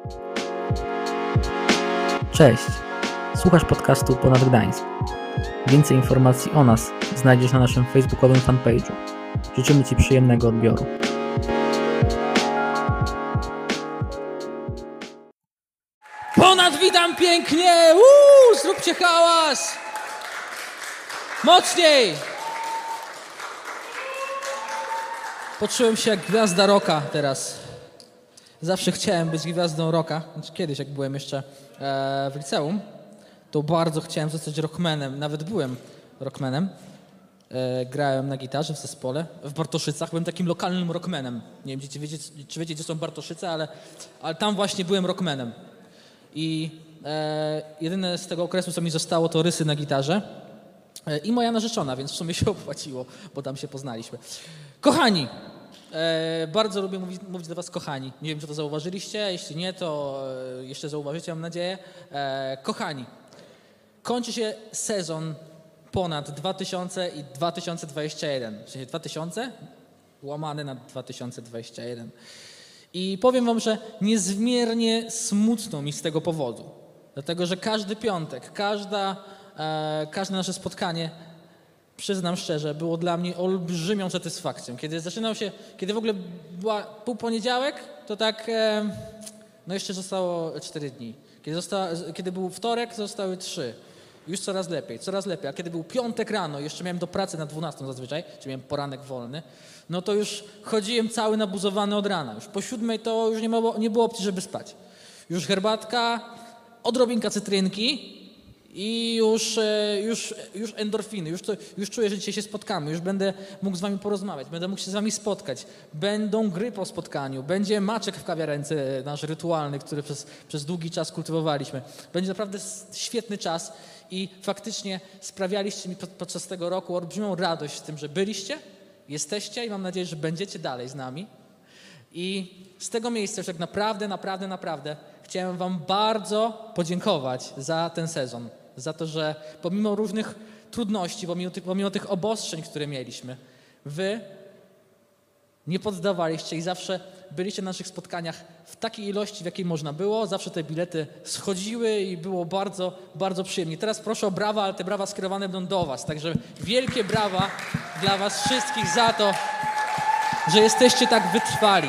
Cześć, słuchasz podcastu Ponad Gdańsk. Więcej informacji o nas znajdziesz na naszym facebookowym fanpage'u. Życzymy Ci przyjemnego odbioru. Ponad witam pięknie! Zróbcie hałas! Mocniej! Poczułem się jak gwiazda rocka teraz. Zawsze chciałem być gwiazdą rocka. Znaczy kiedyś, jak byłem jeszcze w liceum, to bardzo chciałem zostać rockmanem. Nawet byłem rockmanem. Grałem na gitarze w zespole w Bartoszycach. Byłem takim lokalnym rockmanem. Nie wiem, czy wiecie, gdzie są Bartoszyce, ale tam właśnie byłem rockmanem. I jedyne z tego okresu, co mi zostało, to rysy na gitarze i moja narzeczona, więc w sumie się opłaciło, bo tam się poznaliśmy. Kochani, bardzo lubię mówić do was kochani. Nie wiem, czy to zauważyliście, jeśli nie, to jeszcze zauważycie, mam nadzieję. Kochani, kończy się sezon Ponad 2000 i 2021, w sensie 2000 łamane na 2021. I powiem wam, że niezmiernie smutno mi z tego powodu. Dlatego, że każdy piątek, każde nasze spotkanie, przyznam szczerze, było dla mnie olbrzymią satysfakcją. Kiedy w ogóle był poniedziałek, to tak, no jeszcze zostało 4 dni. Kiedy był wtorek, zostały 3. Już coraz lepiej. A kiedy był piątek rano, jeszcze miałem do pracy na 12 zazwyczaj, czyli miałem poranek wolny, no to już chodziłem cały nabuzowany od rana. Już po 7 to już nie było opcji, żeby spać. Już herbatka, odrobinka cytrynki i już endorfiny. Już czuję, że dzisiaj się spotkamy. Już będę mógł z wami porozmawiać, będę mógł się z wami spotkać. Będą gry po spotkaniu, będzie maczek w kawiarence, nasz rytualny, który przez długi czas kultywowaliśmy. Będzie naprawdę świetny czas i faktycznie sprawialiście mi podczas tego roku olbrzymią radość z tym, że byliście, jesteście i mam nadzieję, że będziecie dalej z nami. I z tego miejsca już tak naprawdę chciałem wam bardzo podziękować za ten sezon. Za to, że pomimo różnych trudności, pomimo tych obostrzeń, które mieliśmy, wy nie poddawaliście i zawsze byliście na naszych spotkaniach w takiej ilości, w jakiej można było. Zawsze te bilety schodziły i było bardzo, bardzo przyjemnie. Teraz proszę o brawa, ale te brawa skierowane będą do was. Także wielkie brawa dla was wszystkich za to, że jesteście tak wytrwali.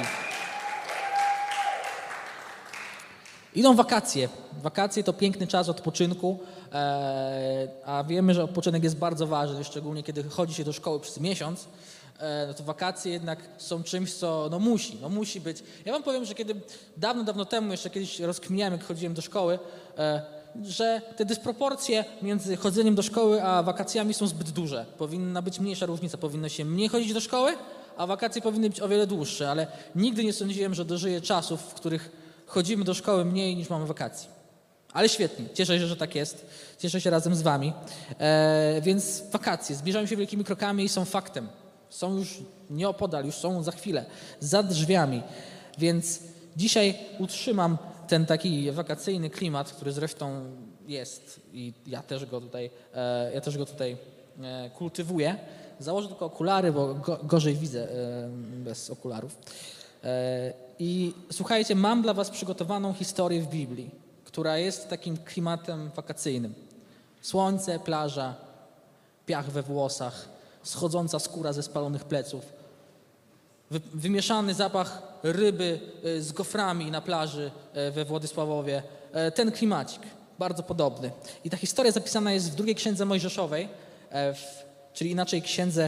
Idą wakacje. Wakacje to piękny czas odpoczynku, a wiemy, że odpoczynek jest bardzo ważny, szczególnie kiedy chodzi się do szkoły przez miesiąc. No to wakacje jednak są czymś, co musi być. Ja wam powiem, że kiedy dawno temu, jeszcze kiedyś rozkminiałem, jak chodziłem do szkoły, że te dysproporcje między chodzeniem do szkoły a wakacjami są zbyt duże. Powinna być mniejsza różnica, powinno się mniej chodzić do szkoły, a wakacje powinny być o wiele dłuższe, ale nigdy nie sądziłem, że dożyję czasów, w których chodzimy do szkoły mniej niż mamy wakacji. Ale świetnie, cieszę się, że tak jest. Cieszę się razem z wami. Więc wakacje zbliżają się wielkimi krokami i są faktem. Są już nieopodal, już są za chwilę, za drzwiami. Więc dzisiaj utrzymam ten taki wakacyjny klimat, który zresztą jest i ja też go tutaj kultywuję. Założę tylko okulary, bo gorzej widzę bez okularów. I słuchajcie, mam dla was przygotowaną historię w Biblii, która jest takim klimatem wakacyjnym. Słońce, plaża, piach we włosach, schodząca skóra ze spalonych pleców, wymieszany zapach ryby z goframi na plaży we Władysławowie. Ten klimacik, bardzo podobny. I ta historia zapisana jest w drugiej księdze Mojżeszowej, czyli inaczej księdze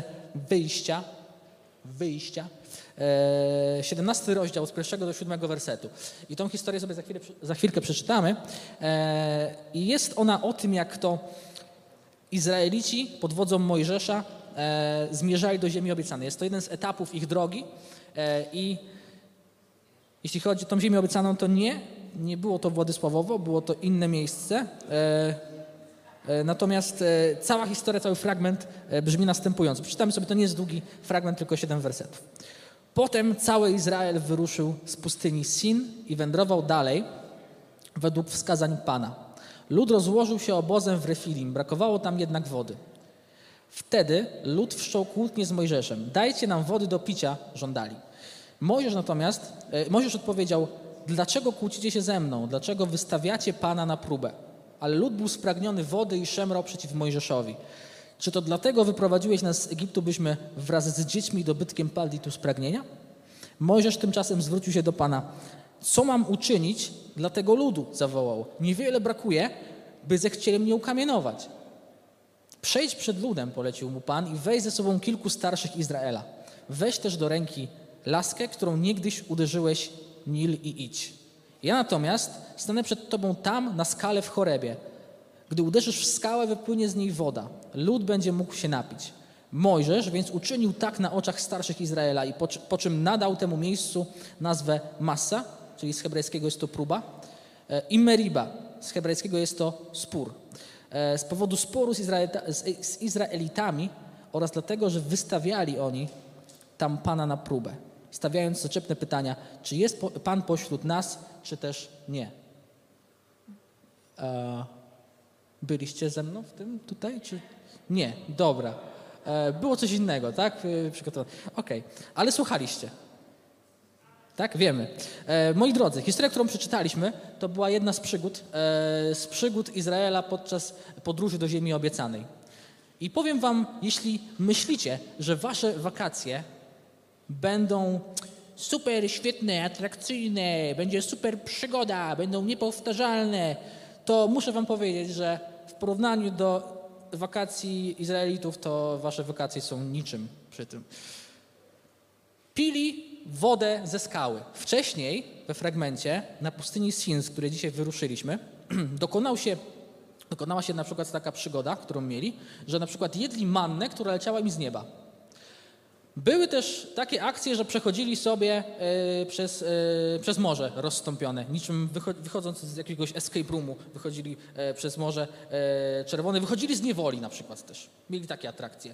Wyjścia, 17 rozdział z 1 do 7 wersetu. I tą historię sobie za chwilkę przeczytamy. I jest ona o tym, jak to Izraelici pod wodzą Mojżesza zmierzali do ziemi obiecanej. Jest to jeden z etapów ich drogi i jeśli chodzi o tą ziemię obiecaną, to nie było to Władysławowo, było to inne miejsce. Natomiast cała historia, cały fragment brzmi następująco. Przeczytamy sobie, to nie jest długi fragment, tylko 7 wersetów. Potem cały Izrael wyruszył z pustyni Sin i wędrował dalej według wskazań Pana. Lud rozłożył się obozem w Refilim, brakowało tam jednak wody. Wtedy lud wszczął kłótnię z Mojżeszem. Dajcie nam wody do picia, żądali. Mojżesz odpowiedział, dlaczego kłócicie się ze mną? Dlaczego wystawiacie Pana na próbę? Ale lud był spragniony wody i szemrał przeciw Mojżeszowi. Czy to dlatego wyprowadziłeś nas z Egiptu, byśmy wraz z dziećmi i dobytkiem padli tu z pragnienia? Mojżesz tymczasem zwrócił się do Pana. Co mam uczynić dla tego ludu? Zawołał. Niewiele brakuje, by zechcieli mnie ukamienować. Przejdź przed ludem, polecił mu Pan, i weź ze sobą kilku starszych Izraela. Weź też do ręki laskę, którą niegdyś uderzyłeś Nil i idź. Ja natomiast stanę przed tobą tam, na skale w Chorebie. Gdy uderzysz w skałę, wypłynie z niej woda. Lud będzie mógł się napić. Mojżesz więc uczynił tak na oczach starszych Izraela i po czym nadał temu miejscu nazwę Massa, czyli z hebrajskiego jest to próba, i Meriba, z hebrajskiego jest to spór. Z powodu sporu z Izraelitami oraz dlatego, że wystawiali oni tam Pana na próbę, stawiając zaczepne pytania, czy jest Pan pośród nas, czy też nie. Byliście ze mną w tym tutaj, czy nie? Dobra. Było coś innego, tak? Przygotowane. Okej. Ale słuchaliście. Tak? Wiemy. Moi drodzy, historia, którą przeczytaliśmy, to była jedna z przygód Izraela podczas podróży do ziemi obiecanej. I powiem wam, jeśli myślicie, że wasze wakacje będą super świetne, atrakcyjne, będzie super przygoda, będą niepowtarzalne, to muszę wam powiedzieć, że w porównaniu do wakacji Izraelitów, to wasze wakacje są niczym przy tym. Pili wodę ze skały. Wcześniej, we fragmencie, na pustyni Sin, z której dzisiaj wyruszyliśmy, dokonała się na przykład taka przygoda, którą mieli, że na przykład jedli mannę, która leciała im z nieba. Były też takie akcje, że przechodzili sobie przez morze rozstąpione, niczym wychodząc z jakiegoś escape roomu, wychodzili przez Morze Czerwone, wychodzili z niewoli na przykład też. Mieli takie atrakcje.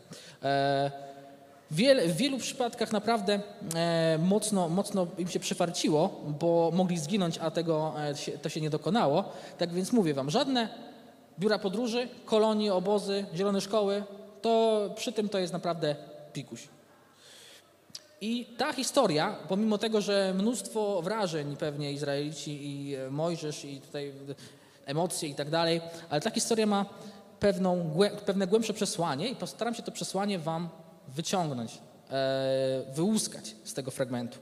W wielu przypadkach naprawdę mocno im się przyfarciło, bo mogli zginąć, a to się nie dokonało. Tak więc mówię wam, żadne biura podróży, kolonie, obozy, zielone szkoły, to przy tym to jest naprawdę pikuś. I ta historia, pomimo tego, że mnóstwo wrażeń pewnie Izraelici i Mojżesz i tutaj emocje i tak dalej, ale ta historia ma pewne głębsze przesłanie i postaram się to przesłanie wam wyciągnąć, wyłuskać z tego fragmentu.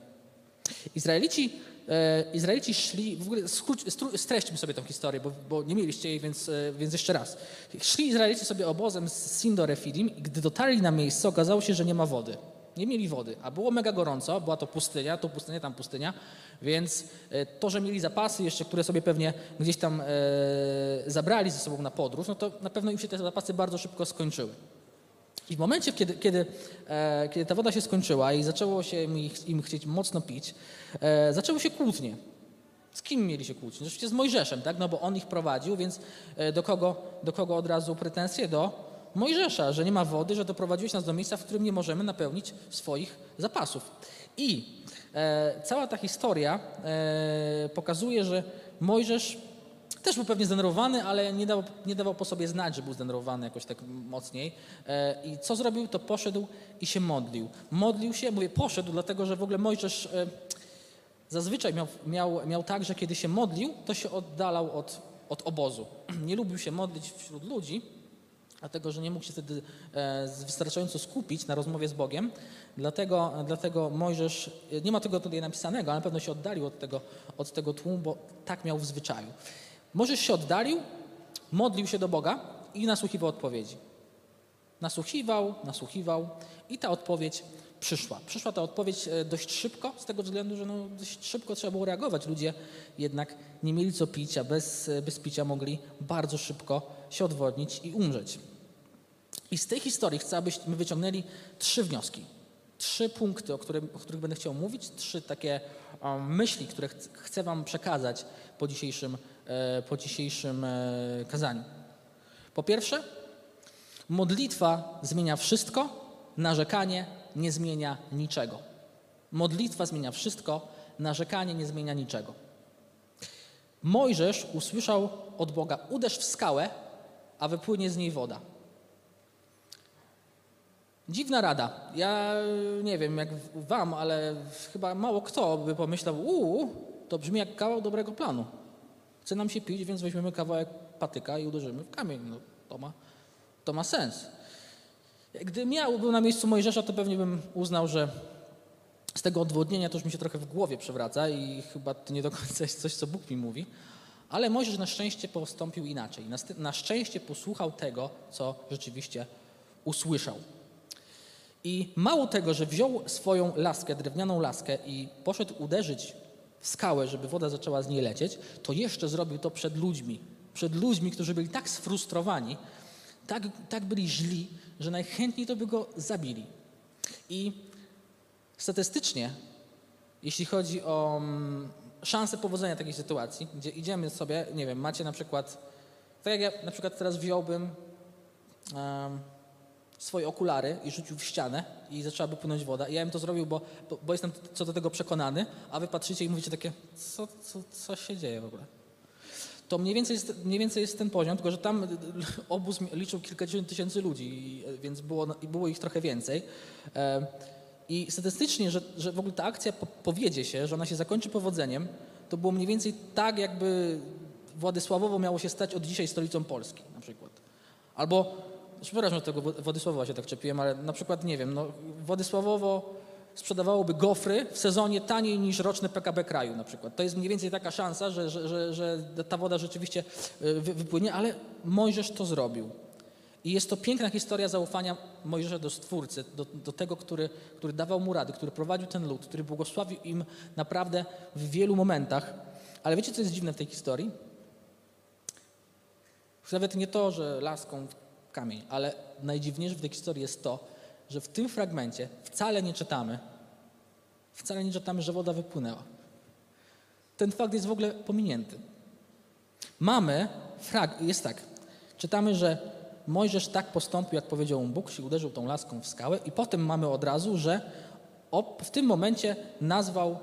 Izraelici szli, w ogóle streśćmy sobie tę historię, bo nie mieliście jej, więc jeszcze raz. Szli Izraelici sobie obozem z Sin do Refidim i gdy dotarli na miejsce, okazało się, że nie ma wody. Nie mieli wody, a było mega gorąco, była to pustynia, tam pustynia, więc to, że mieli zapasy jeszcze, które sobie pewnie gdzieś tam zabrali ze sobą na podróż, no to na pewno im się te zapasy bardzo szybko skończyły. I w momencie, kiedy ta woda się skończyła i zaczęło się im chcieć mocno pić, zaczęły się kłótnie. Z kim mieli się kłócić? Oczywiście z Mojżeszem, tak? No bo on ich prowadził, więc do kogo od razu pretensje? Do Mojżesza, że nie ma wody, że doprowadziłeś nas do miejsca, w którym nie możemy napełnić swoich zapasów. I cała ta historia pokazuje, że Mojżesz też był pewnie zdenerwowany, ale nie dawał po sobie znać, że był zdenerwowany jakoś tak mocniej. I co zrobił? To poszedł i się modlił. Modlił się, poszedł, dlatego że w ogóle Mojżesz zazwyczaj miał tak, że kiedy się modlił, to się oddalał od obozu. Nie lubił się modlić wśród ludzi, dlatego że nie mógł się wtedy wystarczająco skupić na rozmowie z Bogiem. Dlatego Mojżesz, nie ma tego tutaj napisanego, ale na pewno się oddalił od tego tłumu, bo tak miał w zwyczaju. Mojżesz się oddalił, modlił się do Boga i nasłuchiwał odpowiedzi. Nasłuchiwał i ta odpowiedź przyszła. Przyszła ta odpowiedź dość szybko, z tego względu, że dość szybko trzeba było reagować. Ludzie jednak nie mieli co pić, a bez picia mogli bardzo szybko się odwodnić i umrzeć. I z tej historii chcę, abyśmy wyciągnęli 3 wnioski. 3 punkty, o których będę chciał mówić, 3 takie myśli, które chcę wam przekazać po dzisiejszym kazaniu. Po pierwsze, modlitwa zmienia wszystko, narzekanie nie zmienia niczego. Modlitwa zmienia wszystko, narzekanie nie zmienia niczego. Mojżesz usłyszał od Boga: uderz w skałę, a wypłynie z niej woda. Dziwna rada. Ja nie wiem jak wam, ale chyba mało kto by pomyślał, to brzmi jak kawał dobrego planu. Chce nam się pić, więc weźmiemy kawałek patyka i uderzymy w kamień. No, to ma sens. Gdybym ja był na miejscu Mojżesza, to pewnie bym uznał, że z tego odwodnienia to już mi się trochę w głowie przewraca i chyba to nie do końca jest coś, co Bóg mi mówi. Ale Mojżesz na szczęście postąpił inaczej. Na szczęście posłuchał tego, co rzeczywiście usłyszał. I mało tego, że wziął swoją laskę, drewnianą laskę i poszedł uderzyć w skałę, żeby woda zaczęła z niej lecieć, to jeszcze zrobił to przed ludźmi. Przed ludźmi, którzy byli tak sfrustrowani, tak byli źli, że najchętniej to by go zabili. I statystycznie, jeśli chodzi o szansę powodzenia takiej sytuacji, gdzie idziemy sobie, nie wiem, macie na przykład, tak jak ja na przykład teraz wziąłbym swoje okulary i rzucił w ścianę i zaczęłaby płynąć woda. I ja bym to zrobił, bo jestem co do tego przekonany, a wy patrzycie i mówicie takie, co się dzieje w ogóle? To mniej więcej jest ten poziom, tylko że tam obóz liczył kilkadziesiąt tysięcy ludzi, więc było ich trochę więcej. I statystycznie, że w ogóle ta akcja powiedzie się, że ona się zakończy powodzeniem, to było mniej więcej tak, jakby Władysławowo miało się stać od dzisiaj stolicą Polski na przykład. Albo, przepraszam, że tego Władysławowa się tak czepiłem, ale na przykład, nie wiem, Władysławowo sprzedawałoby gofry w sezonie taniej niż roczne PKB kraju na przykład. To jest mniej więcej taka szansa, że ta woda rzeczywiście wypłynie, ale Mojżesz to zrobił. I jest to piękna historia zaufania Mojżesza do Stwórcy, do tego, który dawał mu rady, który prowadził ten lud, który błogosławił im naprawdę w wielu momentach. Ale wiecie, co jest dziwne w tej historii? Już nawet nie to, że laską w kamień, ale najdziwniejsze w tej historii jest to, że w tym fragmencie wcale nie czytamy, że woda wypłynęła. Ten fakt jest w ogóle pominięty. Jest tak, czytamy, że Mojżesz tak postąpił, jak powiedział mu Bóg, się uderzył tą laską w skałę i potem mamy od razu, że w tym momencie nazwał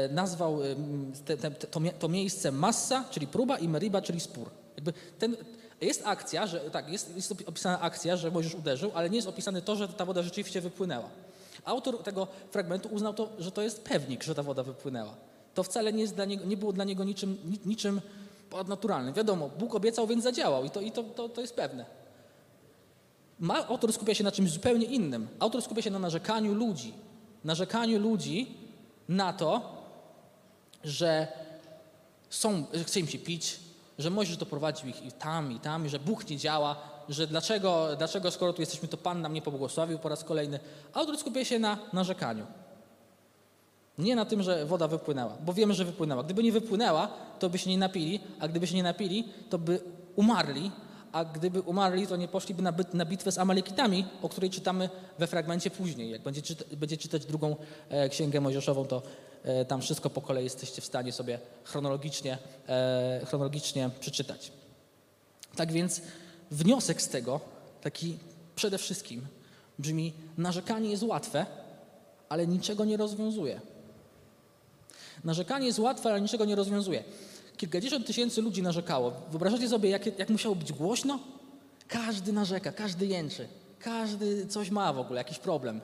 to miejsce Massa, czyli próba, i Meriba, czyli spór. Jest akcja, jest opisana akcja, że Mojżesz uderzył, ale nie jest opisane to, że ta woda rzeczywiście wypłynęła. Autor tego fragmentu uznał to, że to jest pewnik, że ta woda wypłynęła. To wcale nie było dla niego niczym ponadnaturalnym. Wiadomo, Bóg obiecał, więc zadziałał i to jest pewne. Autor skupia się na czymś zupełnie innym. Autor skupia się na narzekaniu ludzi. Narzekaniu ludzi na to, że chce im się pić, że Mojżesz doprowadził ich i tam, że Bóg nie działa, że dlaczego skoro tu jesteśmy, to Pan nam nie pobłogosławił po raz kolejny. Autor skupia się na narzekaniu. Nie na tym, że woda wypłynęła, bo wiemy, że wypłynęła. Gdyby nie wypłynęła, to by się nie napili, a gdyby się nie napili, to by umarli, a gdyby umarli, to nie poszliby na bitwę z Amalekitami, o której czytamy we fragmencie później. Jak będzie czytać drugą księgę mojżeszową, to tam wszystko po kolei jesteście w stanie sobie chronologicznie przeczytać. Tak więc wniosek z tego, taki przede wszystkim, brzmi: narzekanie jest łatwe, ale niczego nie rozwiązuje. Narzekanie jest łatwe, ale niczego nie rozwiązuje. Kilkadziesiąt tysięcy ludzi narzekało. Wyobrażacie sobie, jak musiało być głośno? Każdy narzeka, każdy jęczy, każdy coś ma w ogóle, jakiś problem.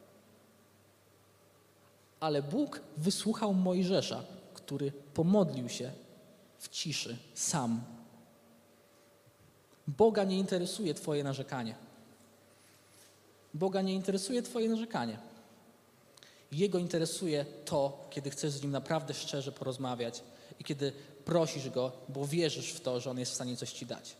Ale Bóg wysłuchał Mojżesza, który pomodlił się w ciszy sam. Boga nie interesuje twoje narzekanie. Boga nie interesuje twoje narzekanie. Jego interesuje to, kiedy chcesz z Nim naprawdę szczerze porozmawiać i kiedy prosisz Go, bo wierzysz w to, że On jest w stanie coś ci dać.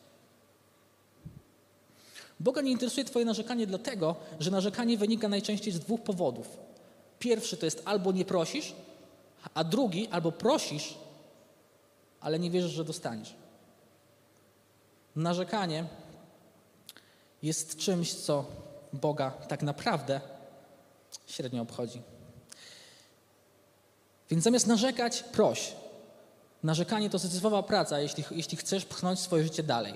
Boga nie interesuje twoje narzekanie dlatego, że narzekanie wynika najczęściej z dwóch powodów. Pierwszy to jest albo nie prosisz, a drugi albo prosisz, ale nie wierzysz, że dostaniesz. Narzekanie jest czymś, co Boga tak naprawdę średnio obchodzi. Więc zamiast narzekać, proś. Narzekanie to syzyfowa praca, jeśli chcesz pchnąć swoje życie dalej.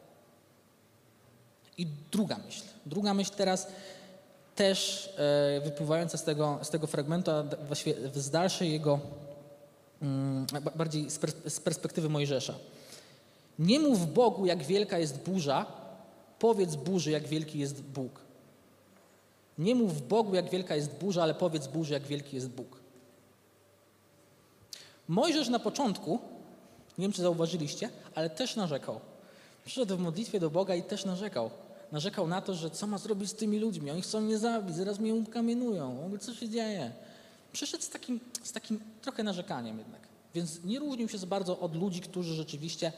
I druga myśl teraz też wypływająca z tego fragmentu, a właściwie z dalszej jego, bardziej z perspektywy Mojżesza. Nie mów Bogu, jak wielka jest burza, powiedz burzy, jak wielki jest Bóg. Nie mów Bogu, jak wielka jest burza, ale powiedz burzy, jak wielki jest Bóg. Mojżesz na początku, nie wiem czy zauważyliście, ale też narzekał. Przyszedł w modlitwie do Boga i też narzekał. Narzekał na to, że co ma zrobić z tymi ludźmi, oni chcą mnie zabić, zaraz mnie ukamieniują, co się dzieje. Przyszedł z takim trochę narzekaniem jednak. Więc nie różnił się za bardzo od ludzi, którzy rzeczywiście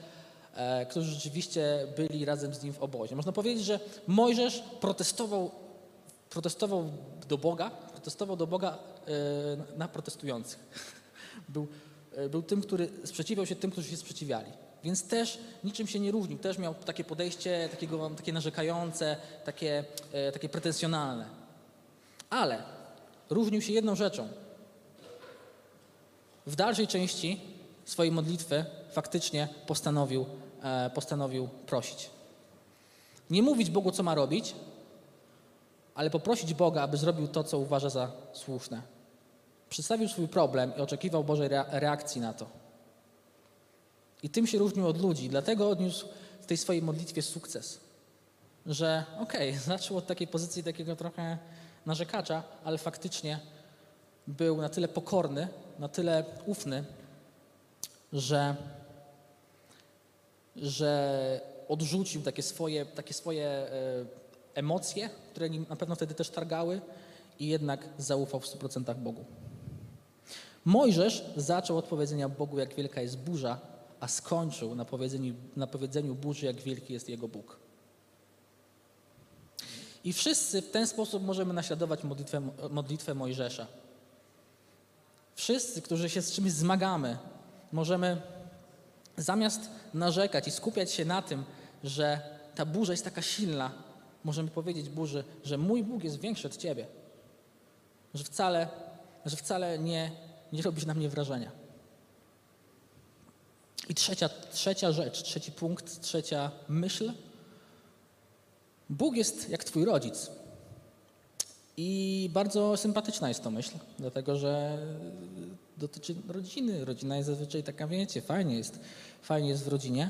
byli razem z nim w obozie. Można powiedzieć, że Mojżesz protestował do Boga na protestujących. Był tym, który sprzeciwiał się tym, którzy się sprzeciwiali. Więc też niczym się nie różnił. Też miał takie podejście takie narzekające, takie pretensjonalne. Ale różnił się jedną rzeczą. W dalszej części swojej modlitwy faktycznie postanowił prosić. Nie mówić Bogu, co ma robić, ale poprosić Boga, aby zrobił to, co uważa za słuszne. Przedstawił swój problem i oczekiwał Bożej reakcji na to. I tym się różnił od ludzi. Dlatego odniósł w tej swojej modlitwie sukces. Że zaczął od takiej pozycji takiego trochę narzekacza, ale faktycznie był na tyle pokorny, na tyle ufny, że odrzucił takie swoje emocje, które nim na pewno wtedy też targały i jednak zaufał w 100% Bogu. Mojżesz zaczął od powiedzenia Bogu, jak wielka jest burza, a skończył na powiedzeniu burzy, jak wielki jest jego Bóg. I wszyscy w ten sposób możemy naśladować modlitwę Mojżesza. Wszyscy, którzy się z czymś zmagamy, możemy zamiast narzekać i skupiać się na tym, że ta burza jest taka silna, możemy powiedzieć burzy, że mój Bóg jest większy od ciebie. Że wcale nie robisz na mnie wrażenia. I trzecia rzecz, trzeci punkt, trzecia myśl. Bóg jest jak twój rodzic. I bardzo sympatyczna jest to myśl, dlatego że dotyczy rodziny. Rodzina jest zazwyczaj taka, wiecie, fajnie jest w rodzinie.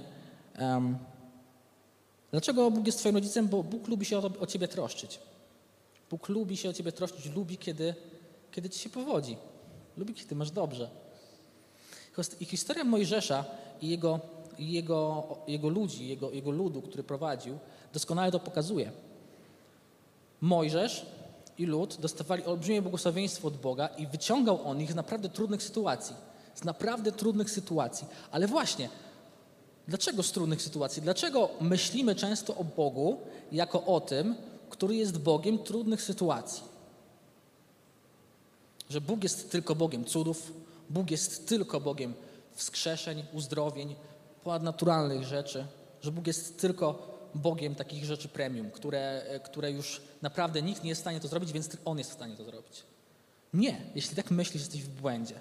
Dlaczego Bóg jest twoim rodzicem? Bo Bóg lubi się o ciebie troszczyć. Bóg lubi się o ciebie troszczyć, lubi, kiedy ci się powodzi. Lubi, kiedy masz dobrze. I historia Mojżesza i jego ludzi, jego ludu, który prowadził, doskonale to pokazuje. Mojżesz i lud dostawali olbrzymie błogosławieństwo od Boga i wyciągał on ich z naprawdę trudnych sytuacji. Ale właśnie, dlaczego z trudnych sytuacji? Dlaczego myślimy często o Bogu jako o tym, który jest Bogiem trudnych sytuacji? Że Bóg jest tylko Bogiem cudów, Bóg jest tylko Bogiem wskrzeszeń, uzdrowień, ponadnaturalnych rzeczy, że Bóg jest tylko Bogiem takich rzeczy premium, które już naprawdę nikt nie jest w stanie to zrobić, więc On jest w stanie to zrobić. Nie, jeśli tak myślisz, jesteś w błędzie.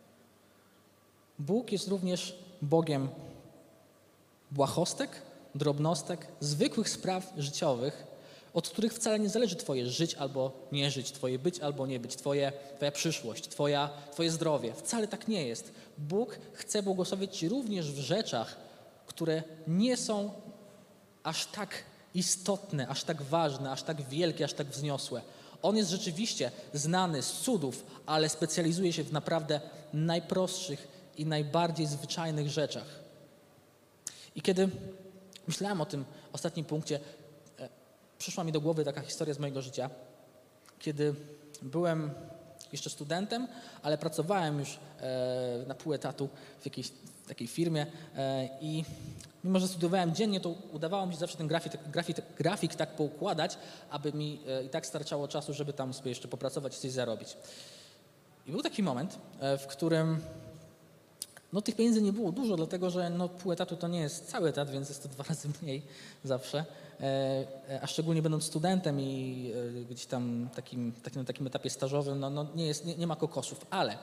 Bóg jest również Bogiem błahostek, drobnostek, zwykłych spraw życiowych, od których wcale nie zależy twoje żyć albo nie żyć, twoje być albo nie być, twoja przyszłość, twoje zdrowie. Wcale tak nie jest. Bóg chce błogosławić ci również w rzeczach, które nie są aż tak istotne, aż tak ważne, aż tak wielkie, aż tak wzniosłe. On jest rzeczywiście znany z cudów, ale specjalizuje się w naprawdę najprostszych i najbardziej zwyczajnych rzeczach. I kiedy myślałem o tym ostatnim punkcie, przyszła mi do głowy taka historia z mojego życia, kiedy byłem jeszcze studentem, ale pracowałem już na pół etatu w jakiejś takiej firmie i mimo, że studiowałem dziennie, to udawało mi się zawsze ten grafik tak poukładać, aby mi i tak starczało czasu, żeby tam sobie jeszcze popracować i coś zarobić. I był taki moment, w którym tych pieniędzy nie było dużo, dlatego że pół etatu to nie jest cały etat, więc jest to 2 razy mniej zawsze. A szczególnie będąc studentem i gdzieś tam na takim etapie stażowym, nie ma kokosów, ale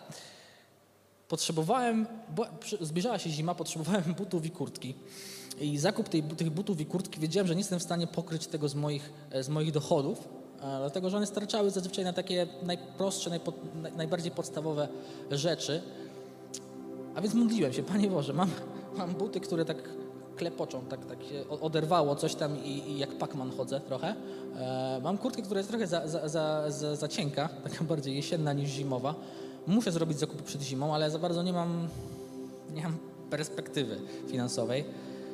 zbliżała się zima, potrzebowałem butów i kurtki. I zakup tych butów i kurtki wiedziałem, że nie jestem w stanie pokryć tego z moich dochodów, dlatego że one starczały zazwyczaj na takie najprostsze, najbardziej podstawowe rzeczy. A więc modliłem się, Panie Boże, mam buty, które tak klepoczą, tak się oderwało coś tam i jak Pac-Man chodzę trochę. Mam kurtkę, która jest trochę za cienka, taka bardziej jesienna niż zimowa. muszę zrobić zakupy przed zimą, ale za bardzo nie mam perspektywy finansowej.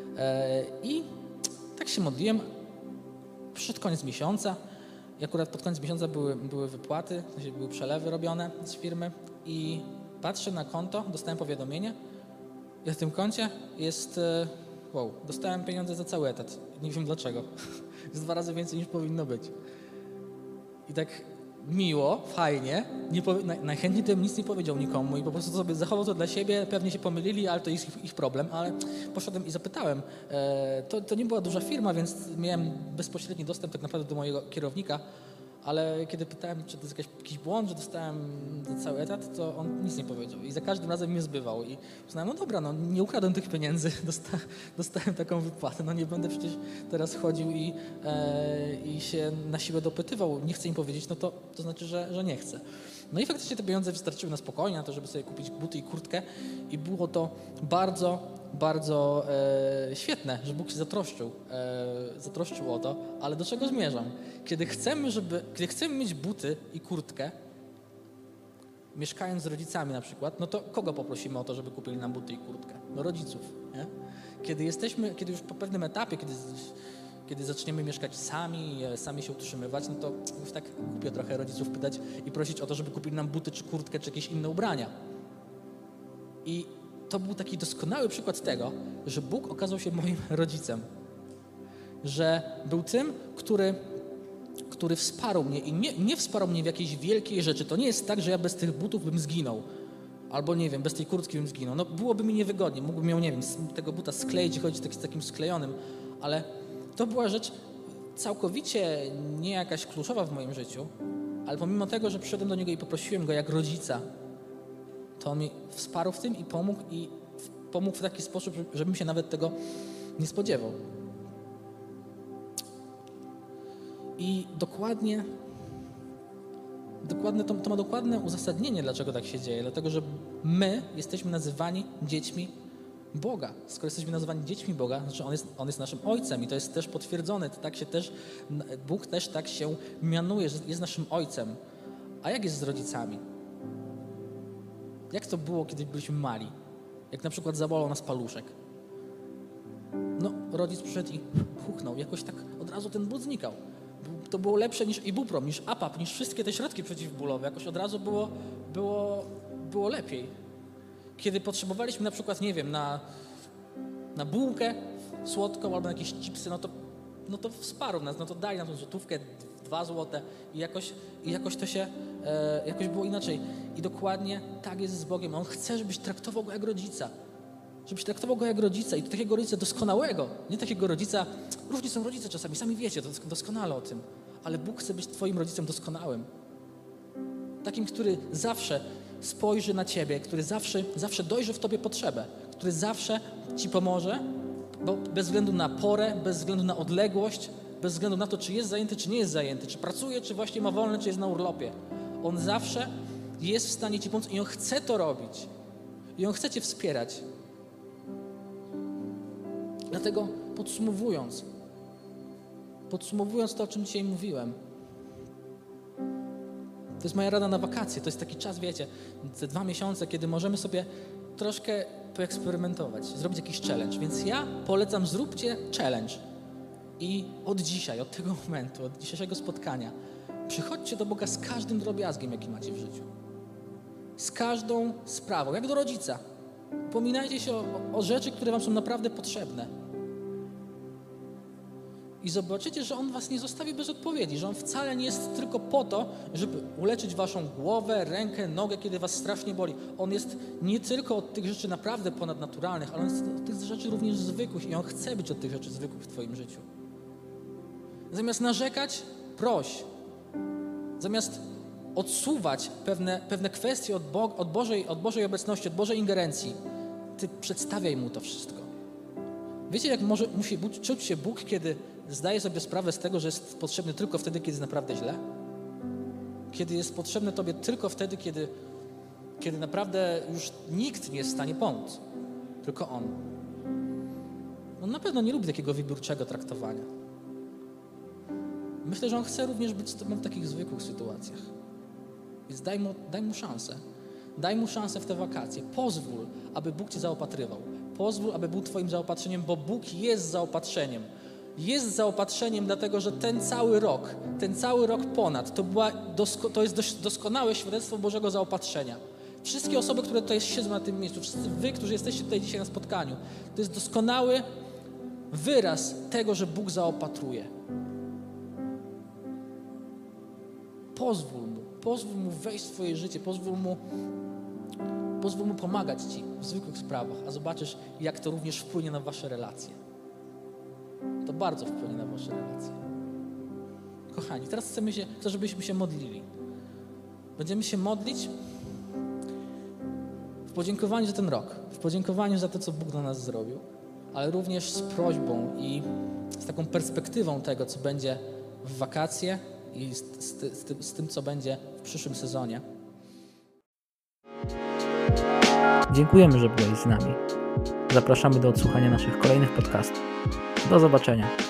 I tak się modliłem. Przyszedł koniec miesiąca i akurat pod koniec miesiąca były wypłaty, w sensie były przelewy robione z firmy i patrzę na konto, dostałem powiadomienie i na tym koncie jest, dostałem pieniądze za cały etat. Nie wiem dlaczego. Jest 2 razy więcej niż powinno być. I tak miło, fajnie, najchętniej to bym nic nie powiedział nikomu i po prostu sobie zachował to dla siebie, pewnie się pomylili, ale to jest ich problem, ale poszedłem i zapytałem. To nie była duża firma, więc miałem bezpośredni dostęp tak naprawdę do mojego kierownika, ale kiedy pytałem, czy to jest jakiś błąd, że dostałem za cały etat, to on nic nie powiedział i za każdym razem mnie zbywał i uznałem, no dobra, no nie ukradłem tych pieniędzy, dostałem taką wypłatę, no nie będę przecież teraz chodził i się na siłę dopytywał, nie chcę im powiedzieć, no to znaczy, że nie chcę. No i faktycznie te pieniądze wystarczyły na spokojnie, na to, żeby sobie kupić buty i kurtkę i było to bardzo świetne, że Bóg się zatroszczył o to, ale do czego zmierzam? Kiedy chcemy mieć buty i kurtkę, mieszkając z rodzicami na przykład, no to kogo poprosimy o to, żeby kupili nam buty i kurtkę? No rodziców, nie? Kiedy już po pewnym etapie, kiedy zaczniemy mieszkać sami się utrzymywać, no to już tak głupio trochę rodziców pytać i prosić o to, żeby kupili nam buty czy kurtkę, czy jakieś inne ubrania. I to był taki doskonały przykład tego, że Bóg okazał się moim rodzicem. Że był tym, który wsparł mnie i nie wsparł mnie w jakiejś wielkiej rzeczy. To nie jest tak, że ja bez tych butów bym zginął. Albo nie wiem, bez tej kurtki bym zginął. No byłoby mi niewygodnie. Mógłbym ją, nie wiem, tego buta skleić i chodzić z takim sklejonym. Ale to była rzecz całkowicie nie jakaś kluczowa w moim życiu. Ale pomimo tego, że przyszedłem do Niego i poprosiłem Go jak rodzica, to On mi wsparł w tym i pomógł w taki sposób, żebym się nawet tego nie spodziewał. I dokładnie to ma dokładne uzasadnienie, dlaczego tak się dzieje. Dlatego, że my jesteśmy nazywani dziećmi Boga. Skoro jesteśmy nazywani dziećmi Boga, znaczy On jest naszym Ojcem i to jest też potwierdzone. Bóg też tak się mianuje, że jest naszym Ojcem. A jak jest z rodzicami? Jak to było, kiedy byliśmy mali? Jak na przykład zabolał nas paluszek. No, rodzic przyszedł i huknął. Jakoś tak od razu ten ból znikał. To było lepsze niż Ibuprom, niż APAP, niż wszystkie te środki przeciwbólowe. Jakoś od razu było lepiej. Kiedy potrzebowaliśmy na przykład, nie wiem, na bułkę słodką albo na jakieś chipsy, no to wsparł nas, no to dali nam tą złotówkę, 2 złote i jakoś to się, jakoś było inaczej. I dokładnie tak jest z Bogiem. On chce, żebyś traktował Go jak rodzica. Żebyś traktował Go jak rodzica i to takiego rodzica doskonałego. Nie takiego rodzica, różni są rodzice czasami, sami wiecie to doskonale o tym. Ale Bóg chce być Twoim rodzicem doskonałym. Takim, który zawsze spojrzy na Ciebie, który zawsze dojrzy w Tobie potrzebę, który zawsze Ci pomoże, bo bez względu na porę, bez względu na odległość, bez względu na to, czy jest zajęty, czy nie jest zajęty, czy pracuje, czy właśnie ma wolne, czy jest na urlopie. On zawsze jest w stanie Ci pomóc i On chce to robić. I On chce Cię wspierać. Dlatego podsumowując to, o czym dzisiaj mówiłem, to jest moja rada na wakacje. To jest taki czas, wiecie, te 2 miesiące, kiedy możemy sobie troszkę poeksperymentować, zrobić jakiś challenge. Więc ja polecam, zróbcie challenge. I od dzisiaj, od tego momentu, od dzisiejszego spotkania, przychodźcie do Boga z każdym drobiazgiem, jaki macie w życiu. Z każdą sprawą, jak do rodzica. Upominajcie się o rzeczy, które wam są naprawdę potrzebne. I zobaczycie, że On was nie zostawi bez odpowiedzi, że On wcale nie jest tylko po to, żeby uleczyć waszą głowę, rękę, nogę, kiedy was strasznie boli. On jest nie tylko od tych rzeczy naprawdę ponadnaturalnych, ale On jest od tych rzeczy również zwykłych i On chce być od tych rzeczy zwykłych w twoim życiu. Zamiast narzekać, proś. Zamiast odsuwać pewne kwestie od Bożej obecności, od Bożej ingerencji, ty przedstawiaj Mu to wszystko. Wiecie, jak musi czuć się Bóg, kiedy zdaje sobie sprawę z tego, że jest potrzebny tylko wtedy, kiedy jest naprawdę źle? Kiedy jest potrzebny Tobie tylko wtedy, kiedy naprawdę już nikt nie jest w stanie pomóc. Tylko On. On na pewno nie lubi takiego wybiórczego traktowania. Myślę, że On chce również być z Tobą w takich zwykłych sytuacjach. Więc daj mu szansę. Daj mu szansę w te wakacje. Pozwól, aby Bóg cię zaopatrywał. Pozwól, aby był twoim zaopatrzeniem, bo Bóg jest zaopatrzeniem. Jest zaopatrzeniem, dlatego że ten cały rok ponad, to jest doskonałe świadectwo Bożego zaopatrzenia. Wszystkie osoby, które tutaj siedzą na tym miejscu, wszyscy wy, którzy jesteście tutaj dzisiaj na spotkaniu, to jest doskonały wyraz tego, że Bóg zaopatruje. Pozwól mu wejść w twoje życie, pozwól mu pomagać ci w zwykłych sprawach, a zobaczysz, jak to również wpłynie na wasze relacje. To bardzo wpłynie na wasze relacje. Kochani, teraz chcę, żebyśmy się modlili. Będziemy się modlić w podziękowaniu za ten rok, w podziękowaniu za to, co Bóg dla nas zrobił, ale również z prośbą i z taką perspektywą tego, co będzie w wakacje i z tym, co będzie w przyszłym sezonie. Dziękujemy, że byłeś z nami. Zapraszamy do odsłuchania naszych kolejnych podcastów. Do zobaczenia.